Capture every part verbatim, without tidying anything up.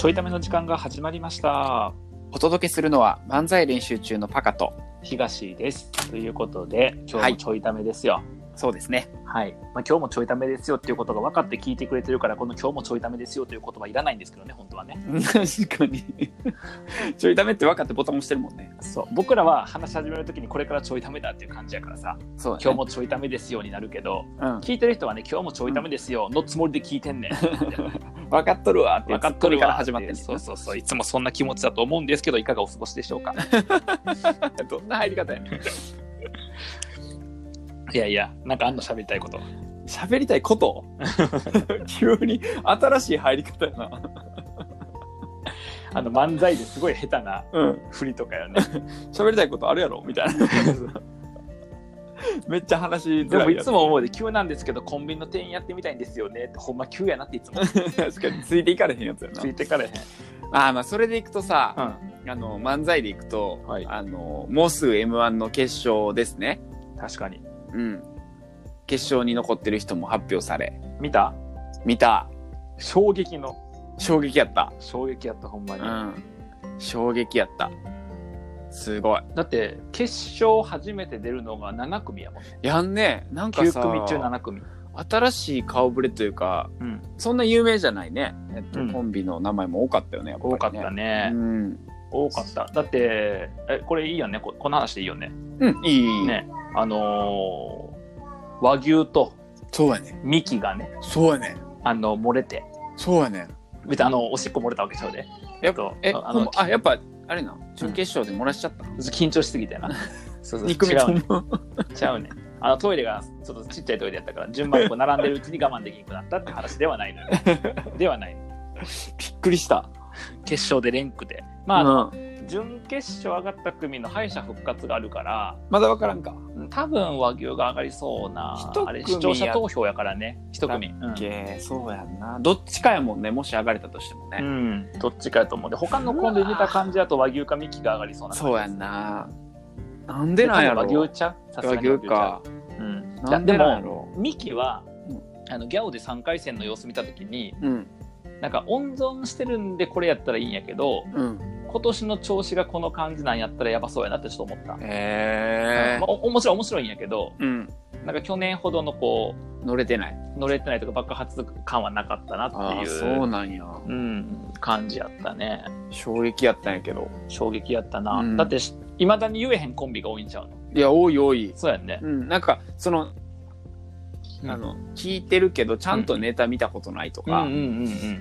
ちょいための時間が始まりました。 お届けするのは漫才練習中のパカと東です。ということで今日もちょいためですよ。はい、 そうですね。 はい。まあ、今日もちょいためですよっていうことが分かって聞いてくれてるから、この今日もちょいためですよという言葉いらないんですけどね、本当はね。 確かにちょいためって分かってボタン押してるもんね。 そう。僕らは話し始めるときにこれからちょいためだっていう感じやからさ、そうだね、今日もちょいためですよになるけど、うん、聞いてる人はね、今日もちょいためですよのつもりで聞いてんねん。 分かっとるわって分かっとるから始まってんねん。 そうそうそう。いつもそんな気持ちだと思うんですけど、いかがお過ごしでしょうか。 どんな入り方やねん。 いやいや、なんかあんの喋りたいこと。 喋りたいこと急に新しい入り方やな。 あの漫才ですごい下手な振りとかよね。 喋、うん、りたいことあるやろみたいな。めっちゃ話しづらい。 でもいつも思うで、急なんですけどコンビニの店員やってみたいんですよねって、ほんま急やなっていつも。 確かについていかれへんやつやな。 ついていかれへん。 ああ、まあそれでいくとさ、うん、あの漫才でいくと、はい、あのもうすぐ エムワン の決勝ですね。 確かに。 うん。決勝に残ってる人も発表され。 見た？ 見た。 衝撃の。 衝撃やった。 衝撃やった、ほんまに。うん。 衝撃やった。すごい。 だって決勝初めて出るのがなな組やもんね。 やんね。なんかさ、 きゅう組中なな組。 新しい顔ぶれというか、うん、そんな有名じゃないね。えっと、うん、コンビの名前も多かったよね。やっぱりね。 多かったね。うん。多かった。だってえこれいいよね。こ, この話でいいよね。 うん。いい。 ね。あのー。和牛とそうやねミキがね、 そうやねあの漏れて、 そうやね別にあのおしっこ漏れたわけちゃうで、 やっぱえあのあやっぱあれな準決勝で漏らしちゃった、うん、 緊張しすぎてな。そうそう、 に組とも違うね違うねあのトイレがちょっとちっちゃいトイレやったから順番にこう並んでるうちに我慢できなくなったって話ではないのよ。ではない。 びっくりした。 決勝でレンクでまあ、うん、準決勝上がった組の敗者復活があるからまだ分からんか。 多分和牛が上がりそうな。あれ視聴者投票やからね。一組、うん、 そうやんな。どっちかやもんね、もし上がれたとしてもね。 うん、どっちかやと思う。で他のコンビ見た感じだと和牛かミキが上がりそうな感じ。 そうやんな。なんでなんやろ。 和牛ちゃう。さすがに和牛か。 うん。なんでなんやろ。でもミキは、うん、あのギャオでさんかい戦の様子見たときに、うん、なんか温存してるんでこれやったらいいんやけど。うん、今年の調子がこの感じなんやったらやばそうやなってちょっと思った。 へー、 まあ、おもちろん面白いんやけど、うん、なんか去年ほどのこう乗れてない乗れてないとか爆発感はなかったなっていう。 そうなんや、 うん、感じやったね。 衝撃やったんやけど。 衝撃やったな、うん、だっていまだに言えへんコンビが多いんちゃうの。 いや多い多い。 そうやんね、 うん、なんかそのあの、うん、聞いてるけどちゃんとネタ見たことないとか、うんうんうんうん、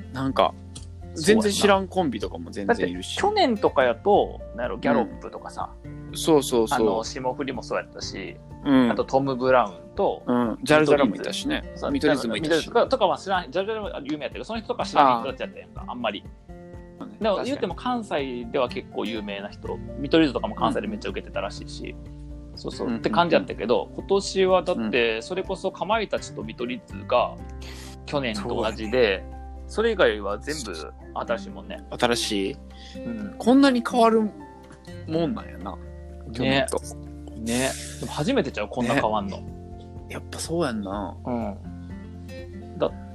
なんか全然知らんコンビとかも全然いるし。 去年とかやとなんやろギャロップとかさ、 うん、そうそうそう、 あの霜降りもそうやったし、うん、あとトム・ブラウンと、 うん、ジャルジャルもいたしね。見取り図もいたしとかは知らん。ジャルジャルも有名やったけどその人とか知らん人たちやったやんか、あんまり。でも言っても関西では結構有名な人、見取り図とかも関西でめっちゃ受けてたらしいし、うん、そうそう、うん、って感じやったけど、今年はだってそれこそかまいたちと見取り図が去年と同じで、それ以外は全部新しいもんね。 新しい、うん、こんなに変わるもんなんやな。 ね。ね。でも初めてちゃうこんな変わんの。 ね、やっぱそうやんな。 うん。だって、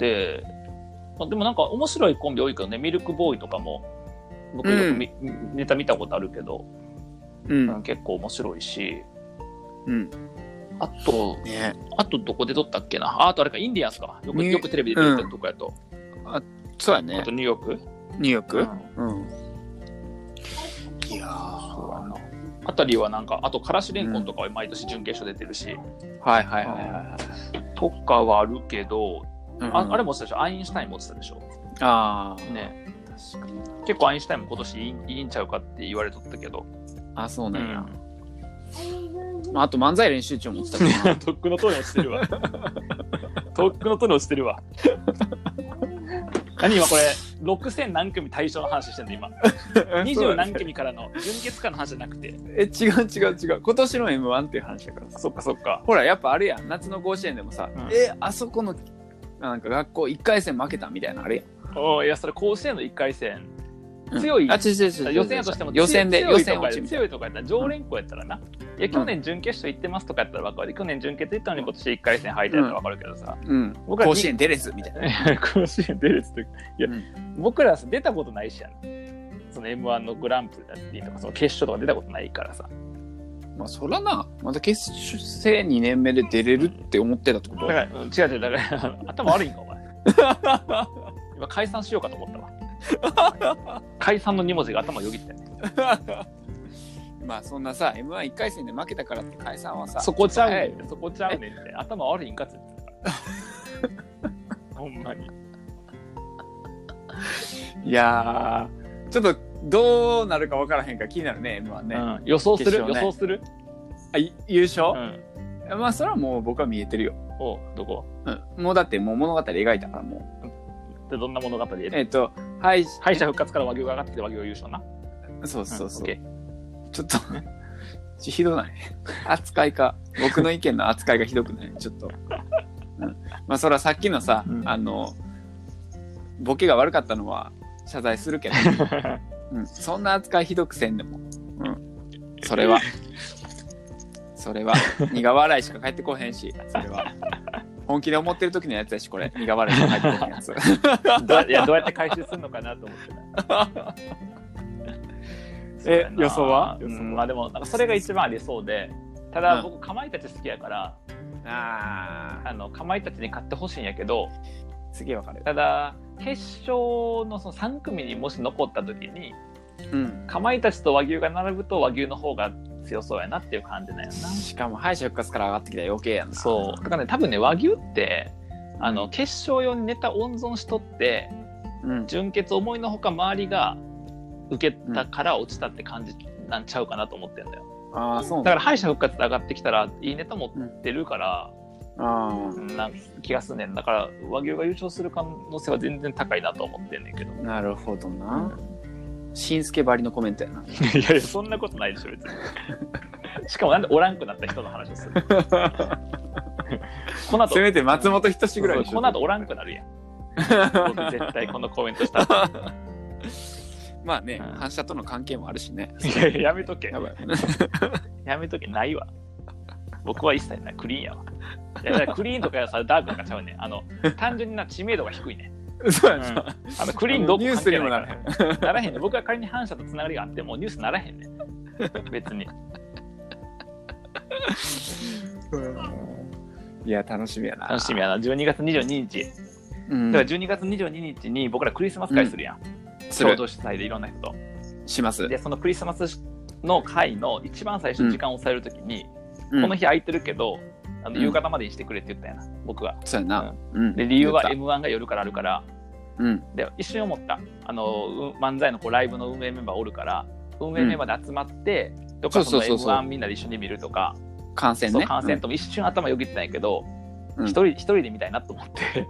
まあ、でもなんか面白いコンビ多いけどね。ミルクボーイとかも僕よく、うん、ネタ見たことあるけど、うんうん、結構面白いし。うん。あと、ね、あとどこで撮ったっけな。あ、あとあれかインディアンスか。よくよくテレビで出てるとこやと。 あ、そうやね。 あとニューヨークニューヨーク、うんうん、 いやーそうやな。あたりはなんかあとからしれんこんとかは毎年準決勝出てるし、うん、 はいはいはいはいとかはあるけど、うんうん、あ, あれも落ちたでしょ。アインシュタインも落ちたでしょ。 ああね。確かに結構アインシュタインも今年い い, いいんちゃうかって言われとったけど。 あ、そうなんや、うん、まあ、あと漫才練習中も落ちたけどとっくの塔に落ちてるわとっくの塔に落ちてるわ何今これろくせん何組対象の話してんの今にじゅう何組からの準決勝の話じゃなくてえ違う違う違う今年の エムワン っていう話だからさ。 そっかそっか。 ほらやっぱあるやん、夏の甲子園でもさ、うん、えあそこのなんか学校いっかい戦負けたみたいなあれやん。 おいやそれ甲子園のいっかい戦強い、 うん、あ違う違う違う予選やとしても予選で強いとか強いとかやったら常連校やったらな、 いや去年準決勝行ってますとかやったら分かる。去年準決行ったのに今年いっかい戦敗退やったら分かるけどさ、 うん、僕ら甲子園出れずみたいな。 甲子園出れずっていや、うん、僕ら出たことないしやん。その エムワン のグランプリだっていいとかその決勝とか出たことないからさ。まあそらな、また決勝にねんめで出れるって思ってたってこと？ だから違う違うだから頭悪いんかお前。今解散しようかと思ったわ。解散のに文字が頭よぎったよね。 まあそんなさ エムワンいっかい戦で負けたからって解散はさそこちゃうねんそこちゃうねんって頭悪いんかっつってほんまにいやーちょっとどうなるか分からへんから気になるね エムワン ね、うん、 予想する、ね、予想するあ優勝、うん、まあそれはもう僕は見えてるよ。 おどこ、 うん、もうだってもう物語描いたからもうでどんな物語でえっ、ー、と敗敗者復活から和牛が上がってきて和牛優勝な。 そうそうそう、うんちょっとひどない扱いか僕の意見の扱いがひどくないちょっと、うん、まあそれはさっきのさ、うん、あのボケが悪かったのは謝罪するけど、うん、そんな扱いひどくせんでも、うん、それはそれは苦笑いしか返ってこへんしそれは本気で思ってる時のやつやしこれ苦笑いしか返ってこへんやつどういやどうやって回収するのかなと思ってたえ予想は、 うん、まあでもなんかそれが一番ありそうでただ僕、うん、かまいたち好きやからああのかまいたちに勝ってほしいんやけどすげえわかる。 ただ決勝 の, そのさん組にもし残った時に、うん、かまいたちと和牛が並ぶと和牛の方が強そうやなっていう感じなんやな。 しかも敗者復活から上がってきたら余計やな。 そうだからね多分ね和牛ってあの決勝用にネタ温存しとって、うん、準決思いのほか周りが受けたから落ちたって感じなんちゃうかなと思ってんだよ、 うん、あそうだから敗者復活で上がってきたらいいネタ持ってるから、うん、あなんか気がすんねん。だから和牛が優勝する可能性は全然高いなと思ってんねんけど。 なるほどな、うん、しんすけばりのコメントやな。 いやいやそんなことないでしょ別にしかもなんでおらんくなった人の話をするこの後せめて松本人志ぐらいにしこの後おらんくなるやん僕絶対このコメントしたらまあね、うん、反射との関係もあるしね。 いやいややめとけ。やばいやめとけないわ。僕は一切ないクリーンやわ。いやだからクリーンとかやさダークとかちゃうねん。あの単純にな知名度が低いね。 そうやな、うん。 あのクリーンどこニュースにもならへん。 ならへんね。僕は仮に反射とつながりがあってもニュースならへんね。別に。 いや楽しみやな。 楽しみやな。じゅうにがつにじゅうににち。うん、だからじゅうにがつにじゅうににちに僕らクリスマス会するやん。うん共同主催でいろんな人とします。 でそのクリスマスの会の一番最初に時間を抑えるときに、うん、この日空いてるけどあの夕方までにしてくれって言ったやな、うん、僕は。 そうやな、 うん、で理由は エムワン が夜からあるから、 うん、 で一瞬思ったあの漫才のこうライブの運営メンバーおるから運営メンバーで集まって、うん、とかその エムワン みんなで一緒に見るとか観戦ね観戦とも一瞬頭よぎってたんやけど一、うん、人, 一人で見たいなと思って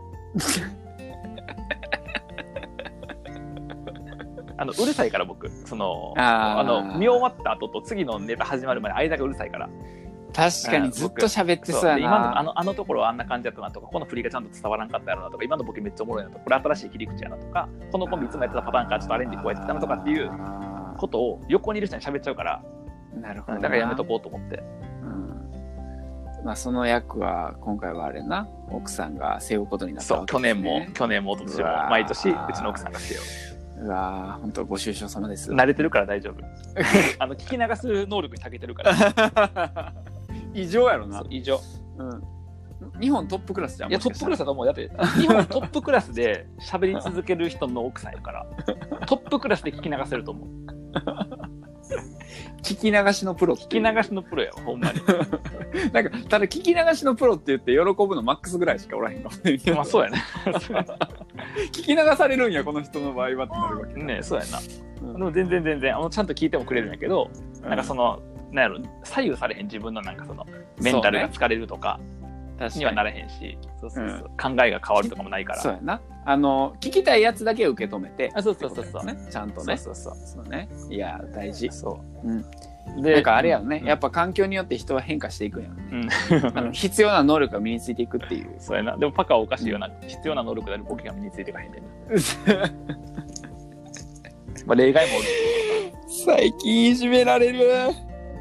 あのうるさいから僕そのああの見終わった後と次のネタ始まるまで間がうるさいから。 確かにずっと喋ってそうやな。 今のあのあのところはあんな感じだったなとかこの振りがちゃんと伝わらんかったやろなとか今のボケめっちゃおもろいなとかこれ新しい切り口やなとかこのコンビいつもやってたパターンからちょっとアレンジこうやってたなとかっていうことを横にいる人に喋っちゃうから。 なるほど。 だからやめとこうと思って。 うん、まあその役は今回はあれな奥さんが背負うことになったわけですね。 そう去年も去年も一昨年も毎年うちの奥さんが背負う。 うわー本当ご愁傷様です。 慣れてるから大丈夫あの聞き流す能力に長けてるから異常やろな。 異常、 うん、日本トップクラスじゃん。 いやトップクラスだと思う。だって日本トップクラスで喋り続ける人の奥さんやからトップクラスで聞き流せると思う聞き流しのプロ聞き流しのプロやわほんまになんかただ聞き流しのプロって言って喜ぶのマックスぐらいしかおらへんかもね。 まあそうやね聞き流されるんやこの人の場合はってなるわけね。そうやな、うん、でも全然全然あのちゃんと聞いてもくれるんやけど、うん、なんかそのなんやろ左右されへん自分のなんかそのメンタルが疲れるとかにはなれへんし、そうそうそう、うん、考えが変わるとかもないから。 そうやな。あの聞きたいやつだけ受け止めて。 あ、そうそうそうそう、 ね、ちゃんとね。 そうそうそうそうね。いや大事。 そう。 うん。でなんかあれやろね、うん、やっぱ環境によって人は変化していくんやろね。うん、あの必要な能力が身についていくっていう。 そうやな。でもパカはおかしいような、うん、必要な能力であるボケが身についていかへんで、ね。まあ例外もおる。 最近いじめられる。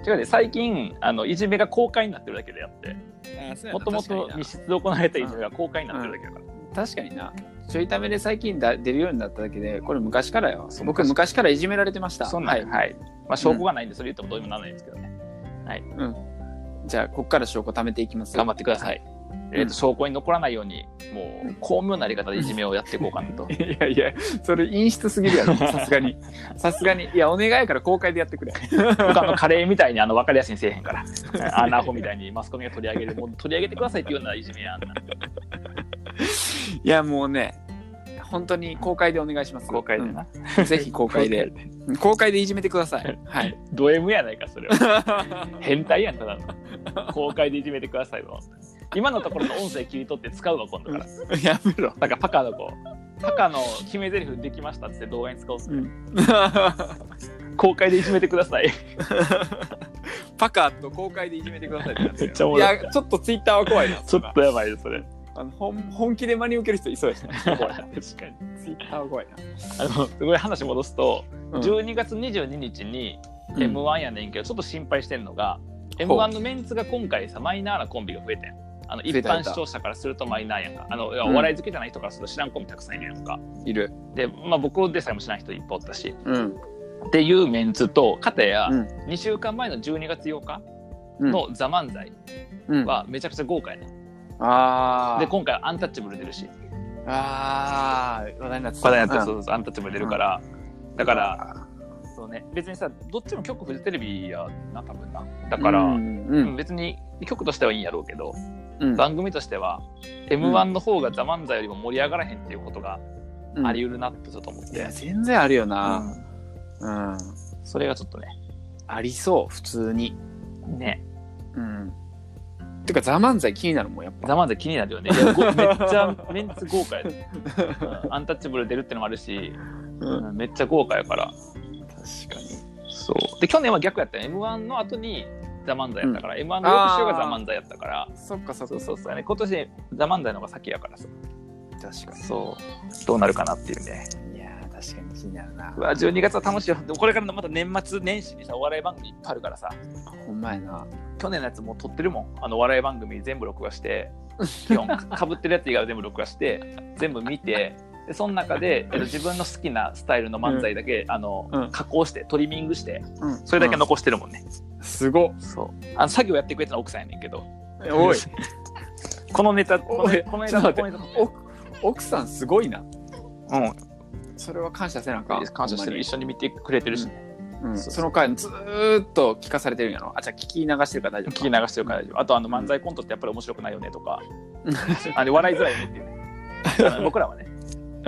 違うで最近あのいじめが公開になってるだけであってもともと密室で行われたいじめが公開になってるだけだから、 うん、確かになちょいためで最近だ出るようになっただけでこれ昔からよ僕昔からいじめられてましたそんなん、はい、はい、まあ、証拠がないんでそれ言ってもどうにもならないんですけどね、うん、はい、 うん、じゃあここから証拠貯めていきます頑張ってください、はいえー、と証拠に残らないようにもう巧妙なやり方でいじめをやっていこうかなといやいやそれ陰湿すぎるやろさすがにさすがにいやお願いやから公開でやってくれ僕あのカレーみたいにあの分かりやすいにせえへんからあのアホみたいにマスコミが取り上げるもう取り上げてくださいっていうようないじめやんないやもうね本当に公開でお願いします公開でな、 うん、ぜひ公開で公開でいじめてくださいはいド M やないかそれは変態やんただの公開でいじめてくださいわ今のところの音声切り取って使うわ今度からやめろなんかパカの子パカの決め台詞できましたって動画に使おうっすね、うん、公開でいじめてくださいパカと公開でいじめてくださいってめっちゃおもろい。 いやちょっとツイッターは怖いなちょっとやばいですそれあの 本, 本気で真に受ける人いそうですね確かにツイッターは怖いなあのすごい話戻すと、うん、じゅうにがつにじゅうににちに エムワン やねんけど、うん、ちょっと心配してるのが エムワン のメンツが今回さマイナーなコンビが増えてんあの一般視聴者からするとマイナーやんかあの、うん、お笑い好きじゃない人からすると知らんコンビたくさんいるやんかいるで、まあ、僕でさえも知らん人いっぱいおったし、 うん、 っていうメンツとかたや、うん、にしゅうかんまえのじゅうにがつようかのザ漫才はめちゃくちゃ豪華やね、うん、あで今回アンタッチャブル出るしあ話題になって話題になってそうそうアンタッチャブル出るから、うん、だからそうね別にさどっちも局フジテレビやな多分なだから、うんうん、別に局としてはいいんやろうけど、うん、番組としては エムワン の方がザ漫才よりも盛り上がらへんっていうことがあり得るなってちょっと思って、うん、いや全然あるよな、うんうん、それがちょっとねありそう普通にねうんてかザ漫才気になるもんやっぱザ漫才気になるよねいやめっちゃメンツ豪華やで、うん、アンタッチャブル出るってのもあるし、うんうん、めっちゃ豪華やから確かにそうで去年は逆やったよ エムワン の後にザ漫才やったから、うん、エムワン の翌週がザ漫才やったからそっかそっかそうそう、ね、今年ザ漫才の方が先やからさ確かにそうどうなるかなっていうねいや確かに気になるなうわじゅうにがつは楽しいよでもこれからのまた年末年始にさお笑い番組いっぱいあるからさほんまやな去年のやつもう撮ってるもんあのお笑い番組全部録画して基本かぶってるやつ以外は全部録画して全部見てでその中で自分の好きなスタイルの漫才だけ、うん、あの、うん、加工してトリミングして、うん、それだけ残してるもんね、 うん、すごっそうあの作業やってくれたのは奥さんやねんけどおいこのネタこのネタこのネタこのネタ奥さんすごいなうんそれは感謝せなあかん感謝してる一緒に見てくれてるし、 うんうん、その回ずーっと聞かされてるんやろあじゃあ聞き流してるから大丈夫聞き流してるから大丈夫あとあの漫才コントってやっぱり面白くないよねとかあれ笑いづらいよねっていうね僕らはねうん、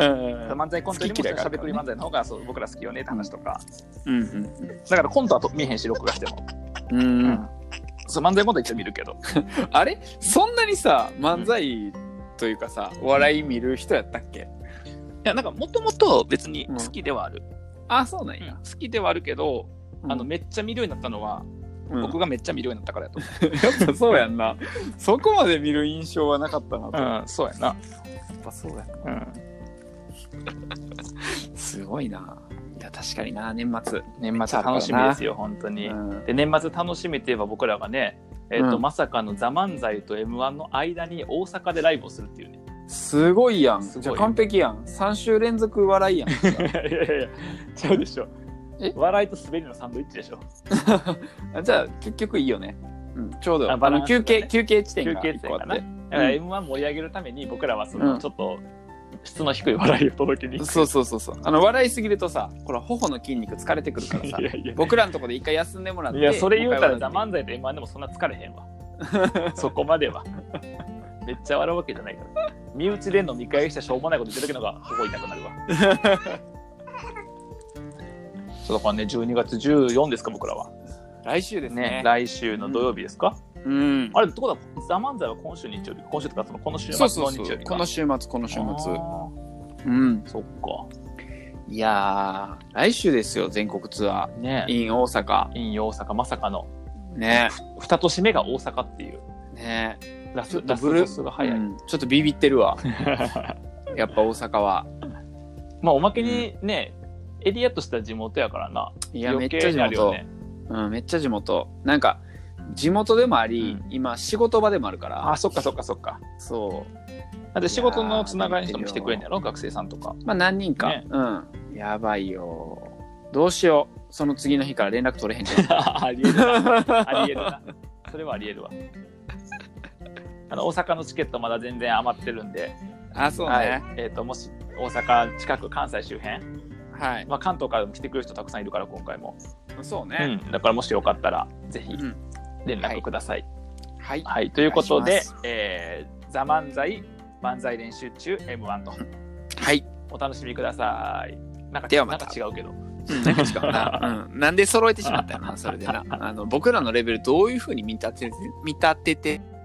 漫才コントよりもしゃべくり漫才の方がそう僕ら好きよねって話とか、うんうんうん、だからコントは見えへんし録画してもうん、うん、そう漫才コント一応見るけどあれそんなにさ漫才というかさ、うん、お笑い見る人やったっけ、いやなんかもともと別に好きではある、 うん、あそうなんや、 うん、好きではあるけど、うん、あのめっちゃ見るようになったのは、うん、僕がめっちゃ見るようになったからやと思うやっぱそうやんなそこまで見る印象はなかったなと、 うん、そうやなやっぱそうやな、うんすごいな。いや確かにな年末年末楽しみですよ本当に、うん、で年末楽しみといえば僕らがね、えーとうん、まさかのザ漫才と エムワン の間に大阪でライブをするっていうねすごいやんじゃあ完璧やんさん週連続笑いやんいやいやいやちゃうでしょえ笑いと滑りのサンドイッチでしょじゃあ結局いいよね、うん、ちょうどああの休憩休憩地点がいっこあって、 だから エムワン 盛り上げるために僕らはそのちょっと、うん質の低い笑いを届けに行くそうそうそうそうあの笑いすぎるとさこれ頬の筋肉疲れてくるからさいやいや僕らのとこで一回休んでもらっていやそれ言うたらザ漫才と エムワン でもそんな疲れへんわそこまではめっちゃ笑うわけじゃないから身内での見返してしょうもないこと言ってるだけのが頬痛くなるわそうだからねじゅうにがつじゅうよっかですか僕らは来週ですねね来週の土曜日ですか、うんうん、あれどこだザ漫才は今週日曜日今週とかそのこの週末の日曜日かそうそうそうこの週末この週末うんそっかいやー来週ですよ全国ツアーね in 大阪 in 大阪まさかのね二年目が大阪っていうねラスラストスが早い、うん、 ちょっとビビってるわやっぱ大阪はまあおまけにね、うん、エリアとしては地元やからないやめっちゃ地元うん、めっちゃ地元。なんか、地元でもあり、 うん、 今、仕事場でもあるから。 あ、そっかそっかそっか。 そう。 だって仕事のつながりの人も来てくれんやろ、学生さんとか。 まあ何人か。ね、うん。やばいよ。どうしよう。その次の日から連絡取れへんじゃん。 ありえるな。ありえるな。それはありえるわ。あの、大阪のチケットまだ全然余ってるんで。 あ、そうね。はい、 えっ、ー、と、もし大阪近く、関西周辺。 はい。 まあ関東からも来てくれる人たくさんいるから、今回も。 そうね。 うん。だからもしよかったら、ぜひ連絡ください。 うん、はい。 はい。ということで、えー、ザ漫才漫才練習中 エムワン と。 はい。 お楽しみください。なんか、 ではまたなんか違うけど。 うん、なんか違うな、うん。なんで揃えてしまったよな、それでな。あの僕らのレベルどういうふうに見立てて、見立てて